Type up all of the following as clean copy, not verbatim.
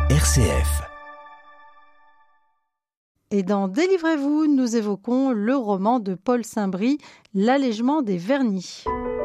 RCF. Et dans Délivrez-vous, nous évoquons le roman de Paul Saint-Brie, L'allègement des vernis.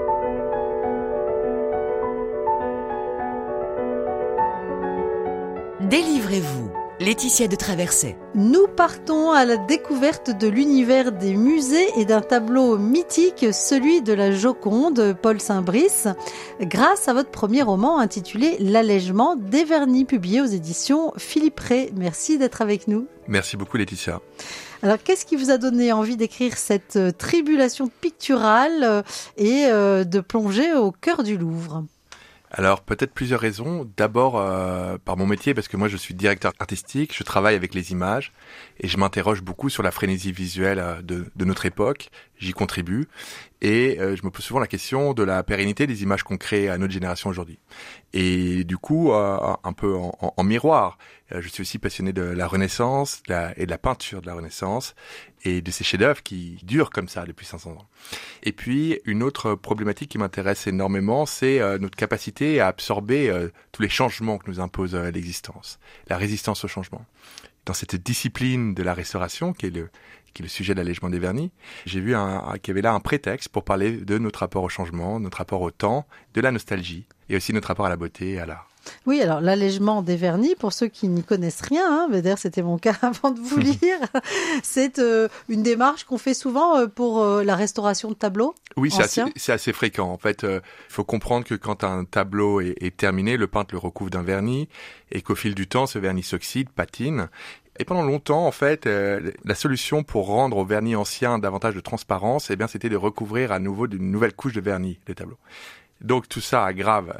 Délivrez-vous, Laetitia de Traversais. Nous partons à la découverte de l'univers des musées et d'un tableau mythique, celui de la Joconde, Paul Saint-Brie, grâce à votre premier roman intitulé L'allègement des vernis, publié aux éditions Philippe Ray. Merci d'être avec nous. Merci beaucoup Laetitia. Alors, qu'est-ce qui vous a donné envie d'écrire cette tribulation picturale et de plonger au cœur du Louvre ? Alors, peut-être plusieurs raisons. D'abord, par mon métier, parce que moi, je suis directeur artistique, je travaille avec les images et je m'interroge beaucoup sur la frénésie visuelle de notre époque. J'y contribue et je me pose souvent la question de la pérennité des images qu'on crée à notre génération aujourd'hui. Et du coup, un peu en miroir, je suis aussi passionné de la Renaissance et de la peinture de la Renaissance et de ces chefs-d'œuvre qui durent comme ça depuis 500 ans. Et puis, une autre problématique qui m'intéresse énormément, c'est notre capacité à absorber tous les changements que nous impose l'existence, la résistance au changement. Dans cette discipline de la restauration, qui est le sujet de l'allègement des vernis, j'ai vu qu'il y avait là un prétexte pour parler de notre rapport au changement, notre rapport au temps, de la nostalgie, et aussi notre rapport à la beauté et à l'art. Oui, alors l'allègement des vernis, pour ceux qui n'y connaissent rien, d'ailleurs c'était mon cas avant de vous lire, c'est une démarche qu'on fait souvent pour la restauration de tableaux. Oui, c'est assez fréquent. En fait, il faut comprendre que quand un tableau est terminé, le peintre le recouvre d'un vernis et qu'au fil du temps, ce vernis s'oxyde, patine. Et pendant longtemps, en fait, la solution pour rendre au vernis ancien davantage de transparence, c'était de recouvrir à nouveau d'une nouvelle couche de vernis le tableau. Donc tout ça aggrave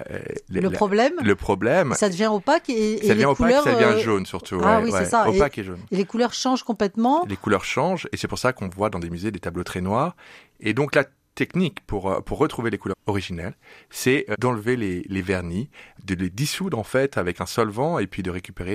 le problème. Ça devient opaque et ça devient les couleurs... ça devient jaune surtout. C'est ça. Opaque et jaune. Et les couleurs changent complètement. Les couleurs changent et c'est pour ça qu'on voit dans des musées des tableaux très noirs. Et donc la technique pour retrouver les couleurs originelles, c'est d'enlever les vernis, de les dissoudre en fait avec un solvant et puis de récupérer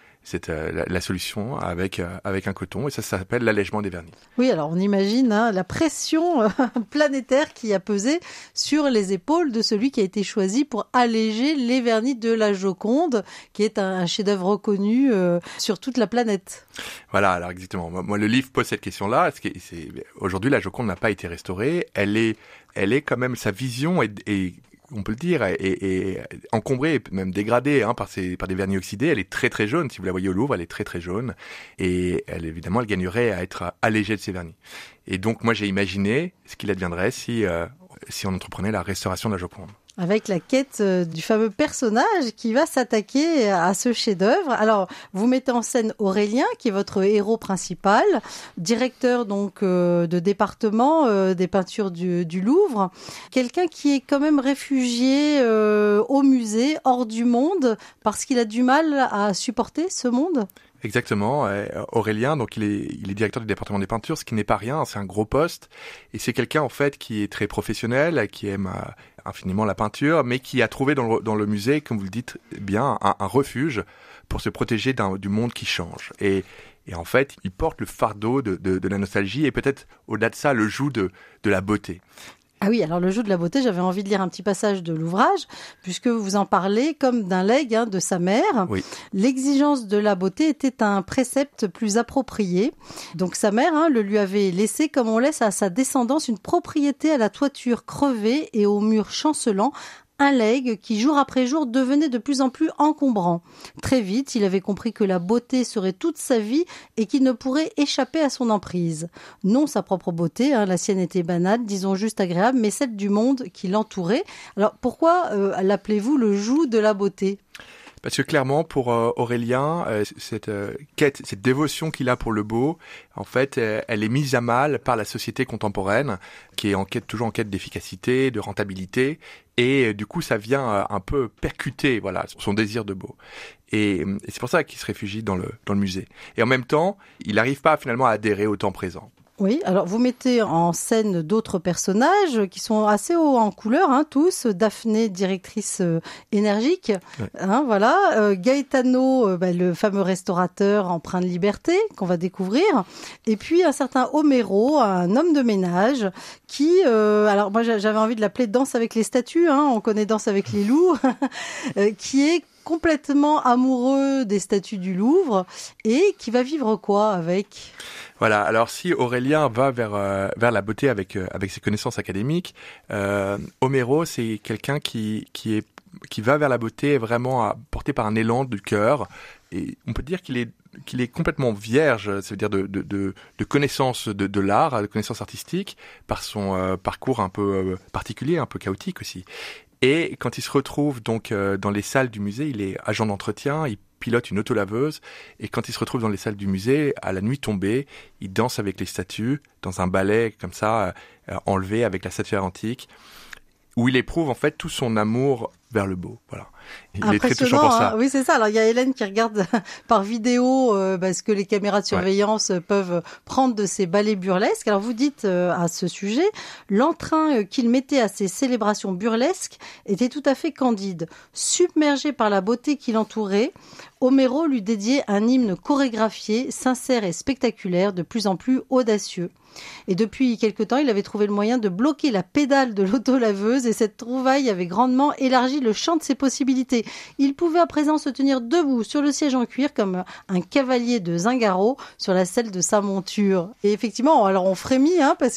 la solution avec un coton, et ça s'appelle l'allègement des vernis. Oui, alors on imagine la pression planétaire qui a pesé sur les épaules de celui qui a été choisi pour alléger les vernis de la Joconde, qui est un chef-d'œuvre reconnu sur toute la planète. Voilà, alors exactement. Moi, le livre pose cette question-là. Aujourd'hui, la Joconde n'a pas été restaurée. Elle est quand même, sa vision est on peut le dire, est encombrée, même dégradée par des vernis oxydés. Elle est très très jaune. Si vous la voyez au Louvre, elle est très très jaune. Et elle gagnerait à être allégée de ses vernis. Et donc moi j'ai imaginé ce qu'il adviendrait si on entreprenait la restauration de la Joconde. Avec la quête du fameux personnage qui va s'attaquer à ce chef-d'œuvre. Alors, vous mettez en scène Aurélien, qui est votre héros principal, directeur donc de département des peintures du Louvre. Quelqu'un qui est quand même réfugié au musée, hors du monde, parce qu'il a du mal à supporter ce monde. Exactement. Aurélien, donc il est directeur du département des peintures, ce qui n'est pas rien, c'est un gros poste. Et c'est quelqu'un en fait qui est très professionnel, qui aime infiniment la peinture, mais qui a trouvé dans le musée, comme vous le dites bien, un refuge pour se protéger du monde qui change. Et en fait, il porte le fardeau de la nostalgie et peut-être au-delà de ça, le joug de la beauté. Ah oui, alors le joug de la beauté, j'avais envie de lire un petit passage de l'ouvrage, puisque vous en parlez comme d'un legs de sa mère. Oui. L'exigence de la beauté était un précepte plus approprié. Donc sa mère le lui avait laissé, comme on laisse à sa descendance, une propriété à la toiture crevée et aux murs chancelants, un legs qui, jour après jour, devenait de plus en plus encombrant. Très vite, il avait compris que la beauté serait toute sa vie et qu'il ne pourrait échapper à son emprise. Non sa propre beauté, la sienne était banale, disons juste agréable, mais celle du monde qui l'entourait. Alors, pourquoi l'appelez-vous le joug de la beauté ? Parce que clairement, pour Aurélien, cette quête, cette dévotion qu'il a pour le beau, en fait, elle est mise à mal par la société contemporaine, qui est toujours en quête d'efficacité, de rentabilité, et du coup, ça vient un peu percuter, son désir de beau. Et c'est pour ça qu'il se réfugie dans le musée. Et en même temps, il n'arrive pas finalement à adhérer au temps présent. Oui, alors vous mettez en scène d'autres personnages qui sont assez hauts en couleur, tous. Daphné, directrice énergique, ouais. Gaetano, le fameux restaurateur empreint de liberté qu'on va découvrir. Et puis un certain Homero, un homme de ménage qui, alors moi j'avais envie de l'appeler Danse avec les statues, on connaît Danse avec les loups, qui est complètement amoureux des statues du Louvre et qui va vivre quoi avec ? Voilà, alors si Aurélien va vers la beauté avec ses connaissances académiques, Homero, c'est quelqu'un qui va vers la beauté vraiment porté par un élan du cœur. Et on peut dire qu'il est complètement vierge, ça veut dire de connaissances de l'art, de connaissances artistiques, par son parcours un peu particulier, un peu chaotique aussi. Et quand il se retrouve donc dans les salles du musée, il est agent d'entretien, il pilote une autolaveuse, et quand il se retrouve dans les salles du musée, à la nuit tombée, il danse avec les statues, dans un ballet comme ça, enlevé avec la statuaire antique, où il éprouve en fait tout son amour vers le beau. Voilà. Il est très touchant pour ça. Hein. Oui, c'est ça. Alors, il y a Hélène qui regarde par vidéo parce que les caméras de surveillance peuvent prendre de ces ballets burlesques. Alors, vous dites à ce sujet, l'entrain qu'il mettait à ces célébrations burlesques était tout à fait candide. Submergé par la beauté qui l'entourait, Homero lui dédiait un hymne chorégraphié, sincère et spectaculaire, de plus en plus audacieux. Et depuis quelque temps, il avait trouvé le moyen de bloquer la pédale de l'autolaveuse et cette trouvaille avait grandement élargi le champ de ses possibilités. Il pouvait à présent se tenir debout sur le siège en cuir comme un cavalier de Zingaro sur la selle de sa monture. Et effectivement, alors on frémit parce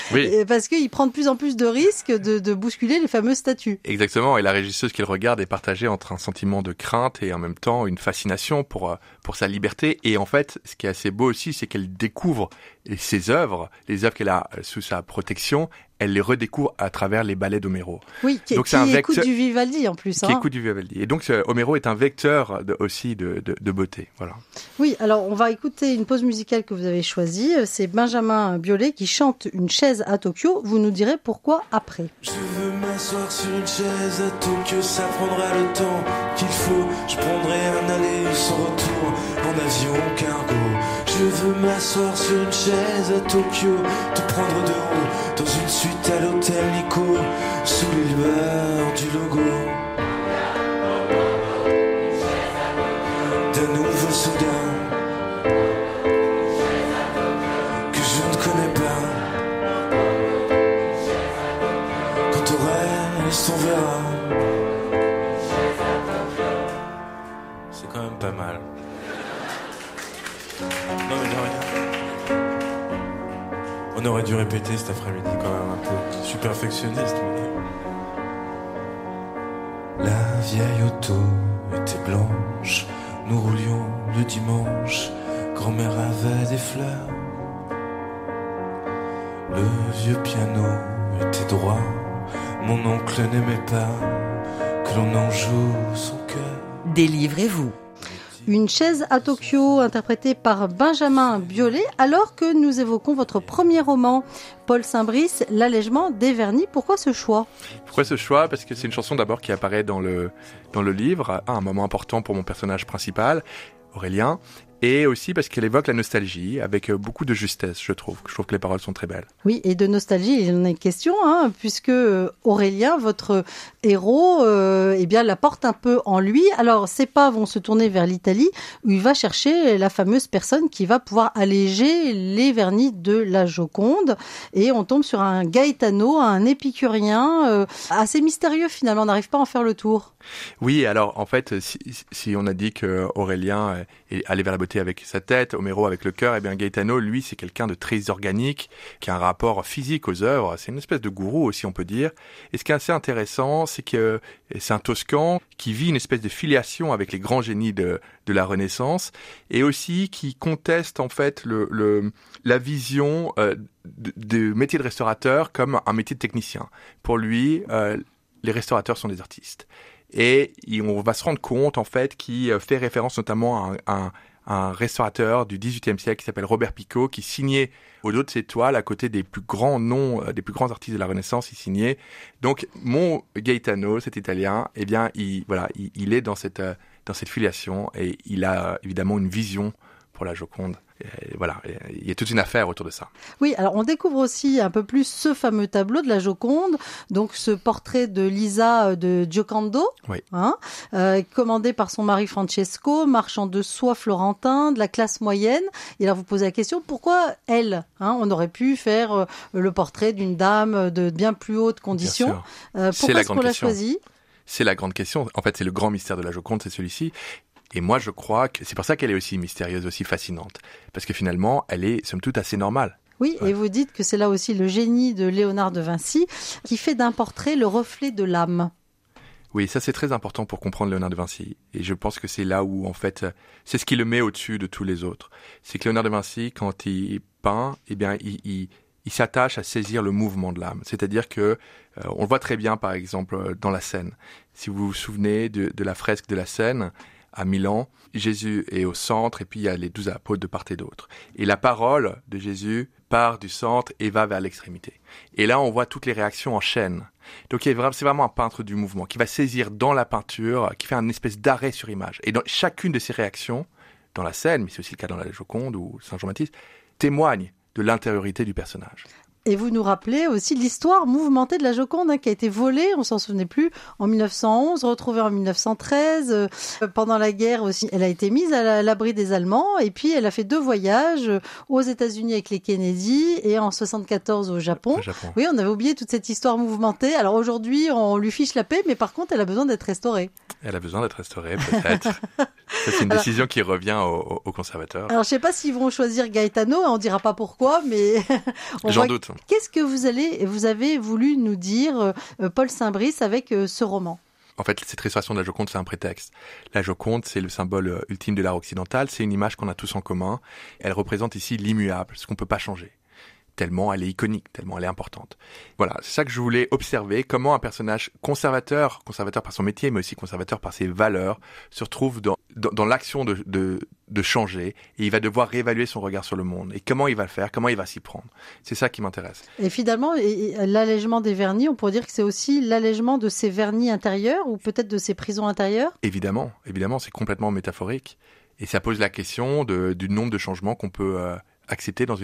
qu'il prend de plus en plus de risques de bousculer les fameuses statues. Exactement, et la régisseuse qu'il regarde est partagée entre un sentiment de crainte et en même temps une fascination pour sa liberté. Et en fait, ce qui est assez beau aussi, c'est qu'elle découvre ses œuvres, les œuvres qu'elle a sous sa protection, elle les redécouvre à travers les ballets d'Homero. Oui, qui écoute du Vivaldi en plus. Qui écoute du Vivaldi. Et donc, Homero est un vecteur aussi de beauté. Voilà. Oui, alors on va écouter une pause musicale que vous avez choisie. C'est Benjamin Biolay qui chante Une chaise à Tokyo. Vous nous direz pourquoi après. Je veux m'asseoir sur une chaise à Tokyo, ça prendra le temps qu'il faut. Je prendrai un aller sans retour en avion cargo. Je veux m'asseoir sur une chaise à Tokyo, te prendre de haut dans une suite à l'hôtel Nico, sous les lueurs du logo d'un nouveau soudain que je ne connais pas. Quand on reste, on verra. C'est quand même pas mal. Non mais de rien. On aurait dû répéter cet après-midi quand même un peu. Je suis perfectionniste. La vieille auto était blanche. Nous roulions le dimanche. Grand-mère avait des fleurs. Le vieux piano était droit. Mon oncle n'aimait pas que l'on en joue son cœur. Délivrez-vous. Une chaise à Tokyo, interprétée par Benjamin Biolay, alors que nous évoquons votre premier roman, Paul Saint-Brice, L'allègement des vernis. Pourquoi ce choix ? Pourquoi ce choix ? Parce que c'est une chanson d'abord qui apparaît dans le livre, à un moment important pour mon personnage principal, Aurélien, et aussi parce qu'elle évoque la nostalgie avec beaucoup de justesse, je trouve. Je trouve que les paroles sont très belles. Oui, et de nostalgie, il en est question, puisque Aurélien, votre héros, la porte un peu en lui. Alors, ses pas vont se tourner vers l'Italie, où il va chercher la fameuse personne qui va pouvoir alléger les vernis de la Joconde. Et on tombe sur un Gaetano, un épicurien, assez mystérieux finalement, on n'arrive pas à en faire le tour. Oui, alors en fait, si on a dit que Aurélien allait vers la beauté avec sa tête, Homero avec le cœur, et bien Gaetano, lui, c'est quelqu'un de très organique, qui a un rapport physique aux œuvres. C'est une espèce de gourou aussi, on peut dire. Et ce qui est assez intéressant, c'est que c'est un Toscan qui vit une espèce de filiation avec les grands génies de la Renaissance, et aussi qui conteste en fait la vision du métier de restaurateur comme un métier de technicien. Pour lui, les restaurateurs sont des artistes. Et on va se rendre compte en fait qu'il fait référence notamment à un restaurateur du XVIIIe siècle qui s'appelle Robert Picot, qui signait au dos de ses toiles, à côté des plus grands noms, des plus grands artistes de la Renaissance, il signait. Donc mon Gaetano, cet Italien, eh bien il est dans cette filiation et il a évidemment une vision pour la Joconde. Et voilà, il y a toute une affaire autour de ça. Oui, alors on découvre aussi un peu plus ce fameux tableau de la Joconde, donc ce portrait de Lisa de Giocondo, oui. Commandé par son mari Francesco, marchand de soie florentin, de la classe moyenne. Et alors vous posez la question, pourquoi elle On aurait pu faire le portrait d'une dame de bien plus haute condition. Bien sûr. Pourquoi est-ce qu'on l'a choisi ? C'est la grande question. En fait, c'est le grand mystère de la Joconde, c'est celui-ci. Et moi, je crois que c'est pour ça qu'elle est aussi mystérieuse, aussi fascinante. Parce que finalement, elle est, somme toute, assez normale. Oui, ouais. Et vous dites que c'est là aussi le génie de Léonard de Vinci qui fait d'un portrait le reflet de l'âme. Oui, ça c'est très important pour comprendre Léonard de Vinci. Et je pense que c'est là où, en fait, c'est ce qui le met au-dessus de tous les autres. C'est que Léonard de Vinci, quand il peint, eh bien, il s'attache à saisir le mouvement de l'âme. C'est-à-dire que, on le voit très bien, par exemple, dans la Seine. Si vous vous souvenez de la fresque de la Seine, à Milan, Jésus est au centre et puis il y a les 12 apôtres de part et d'autre. Et la parole de Jésus part du centre et va vers l'extrémité. Et là, on voit toutes les réactions en chaîne. Donc c'est vraiment un peintre du mouvement qui va saisir dans la peinture, qui fait un espèce d'arrêt sur image. Et dans chacune de ces réactions, dans la scène, mais c'est aussi le cas dans la Joconde ou Saint-Jean-Baptiste, témoigne de l'intériorité du personnage. Et vous nous rappelez aussi l'histoire mouvementée de la Joconde, qui a été volée, on s'en souvenait plus, en 1911, retrouvée en 1913. Pendant la guerre aussi, elle a été mise à l'abri des Allemands. Et puis, elle a fait 2 voyages aux États-Unis avec les Kennedy et en 74 au Japon. Oui, on avait oublié toute cette histoire mouvementée. Alors aujourd'hui, on lui fiche la paix, mais par contre, elle a besoin d'être restaurée. Elle a besoin d'être restaurée, peut-être. Ça, c'est une décision qui revient aux conservateurs. Alors, je ne sais pas s'ils vont choisir Gaetano, on ne dira pas pourquoi, mais j'en doute. Qu'est-ce que vous avez voulu nous dire, Paul Saint-Brice, avec ce roman ? En fait, cette restauration de la Joconde, c'est un prétexte. La Joconde, c'est le symbole ultime de l'art occidental. C'est une image qu'on a tous en commun. Elle représente ici l'immuable, ce qu'on ne peut pas changer. Tellement elle est iconique, tellement elle est importante. Voilà, c'est ça que je voulais observer, comment un personnage conservateur par son métier, mais aussi conservateur par ses valeurs, se retrouve dans l'action de changer, et il va devoir réévaluer son regard sur le monde. Et comment il va le faire, comment il va s'y prendre. C'est ça qui m'intéresse. Et finalement, l'allègement des vernis, on pourrait dire que c'est aussi l'allègement de ses vernis intérieurs, ou peut-être de ses prisons intérieures ? Évidemment, c'est complètement métaphorique. Et ça pose la question du nombre de changements qu'on peut accepter dans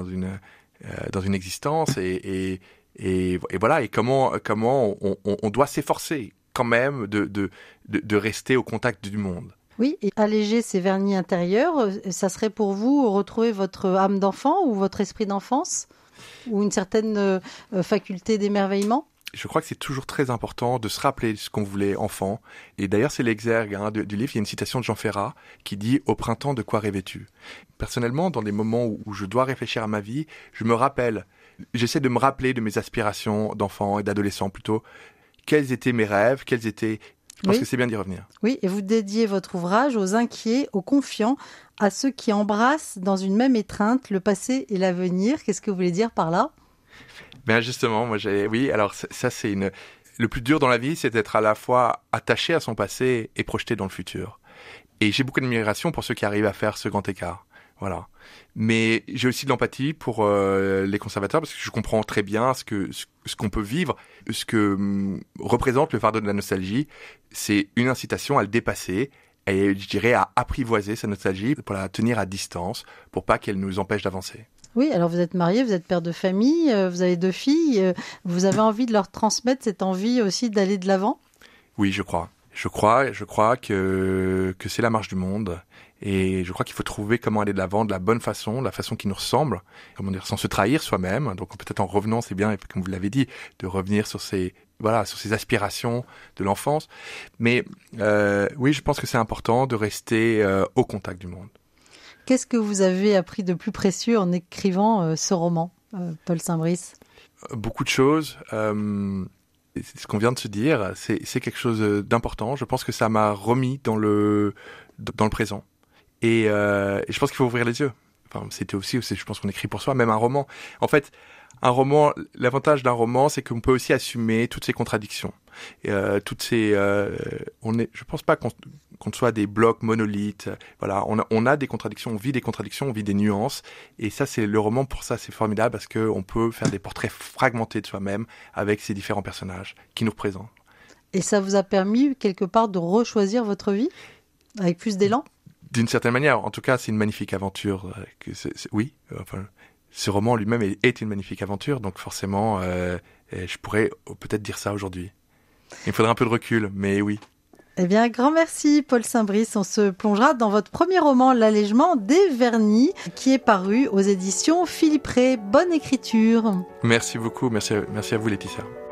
une existence et voilà, et comment on doit s'efforcer quand même de rester au contact du monde. Oui, et alléger ces vernis intérieurs, ça serait pour vous retrouver votre âme d'enfant ou votre esprit d'enfance ou une certaine faculté d'émerveillement ? Je crois que c'est toujours très important de se rappeler ce qu'on voulait enfant. Et d'ailleurs, c'est l'exergue du livre. Il y a une citation de Jean Ferrat qui dit « Au printemps, de quoi rêvais-tu » Personnellement, dans des moments où je dois réfléchir à ma vie, j'essaie de me rappeler de mes aspirations d'enfant et d'adolescent plutôt. Quels étaient mes rêves, Je pense que c'est bien d'y revenir. Oui, et vous dédiez votre ouvrage aux inquiets, aux confiants, à ceux qui embrassent dans une même étreinte le passé et l'avenir. Qu'est-ce que vous voulez dire par là ? Ben justement, alors ça c'est le plus dur dans la vie, c'est d'être à la fois attaché à son passé et projeté dans le futur. Et j'ai beaucoup d'admiration pour ceux qui arrivent à faire ce grand écart. Voilà. Mais j'ai aussi de l'empathie pour les conservateurs parce que je comprends très bien ce qu'on peut vivre, ce que représente le fardeau de la nostalgie. C'est une incitation à le dépasser et je dirais à apprivoiser sa nostalgie pour la tenir à distance, pour pas qu'elle nous empêche d'avancer. Oui, alors vous êtes marié, vous êtes père de famille, vous avez 2 filles. Vous avez envie de leur transmettre cette envie aussi d'aller de l'avant ? Oui, je crois. Je crois que c'est la marche du monde. Et je crois qu'il faut trouver comment aller de l'avant de la bonne façon, de la façon qui nous ressemble. Comment dire, sans se trahir soi-même. Donc peut-être en revenant, c'est bien, comme vous l'avez dit, de revenir sur ces aspirations de l'enfance. Mais oui, je pense que c'est important de rester au contact du monde. Qu'est-ce que vous avez appris de plus précieux en écrivant ce roman, Paul Saint-Brice ? Beaucoup de choses. Ce qu'on vient de se dire, c'est quelque chose d'important. Je pense que ça m'a remis dans le présent. Et je pense qu'il faut ouvrir les yeux. Enfin, c'était aussi, je pense qu'on écrit pour soi, même un roman. En fait, un roman, l'avantage d'un roman, c'est qu'on peut aussi assumer toutes ces contradictions. Je pense pas qu'on soit des blocs monolithes. Voilà, on a des contradictions, on vit des contradictions, on vit des nuances. Et ça, c'est le roman. Pour ça, c'est formidable parce que on peut faire des portraits fragmentés de soi-même avec ces différents personnages qui nous représentent. Et ça vous a permis quelque part de rechoisir votre vie avec plus d'élan ? D'une certaine manière, en tout cas, c'est une magnifique aventure. Oui, ce roman lui-même est une magnifique aventure, donc forcément, je pourrais peut-être dire ça aujourd'hui. Il me faudrait un peu de recul, mais oui. Eh bien, grand merci, Paul Saint-Brice. On se plongera dans votre premier roman, L'allègement des vernis, qui est paru aux éditions Philippe Ray. Bonne écriture. Merci beaucoup. Merci à vous, Laetitia.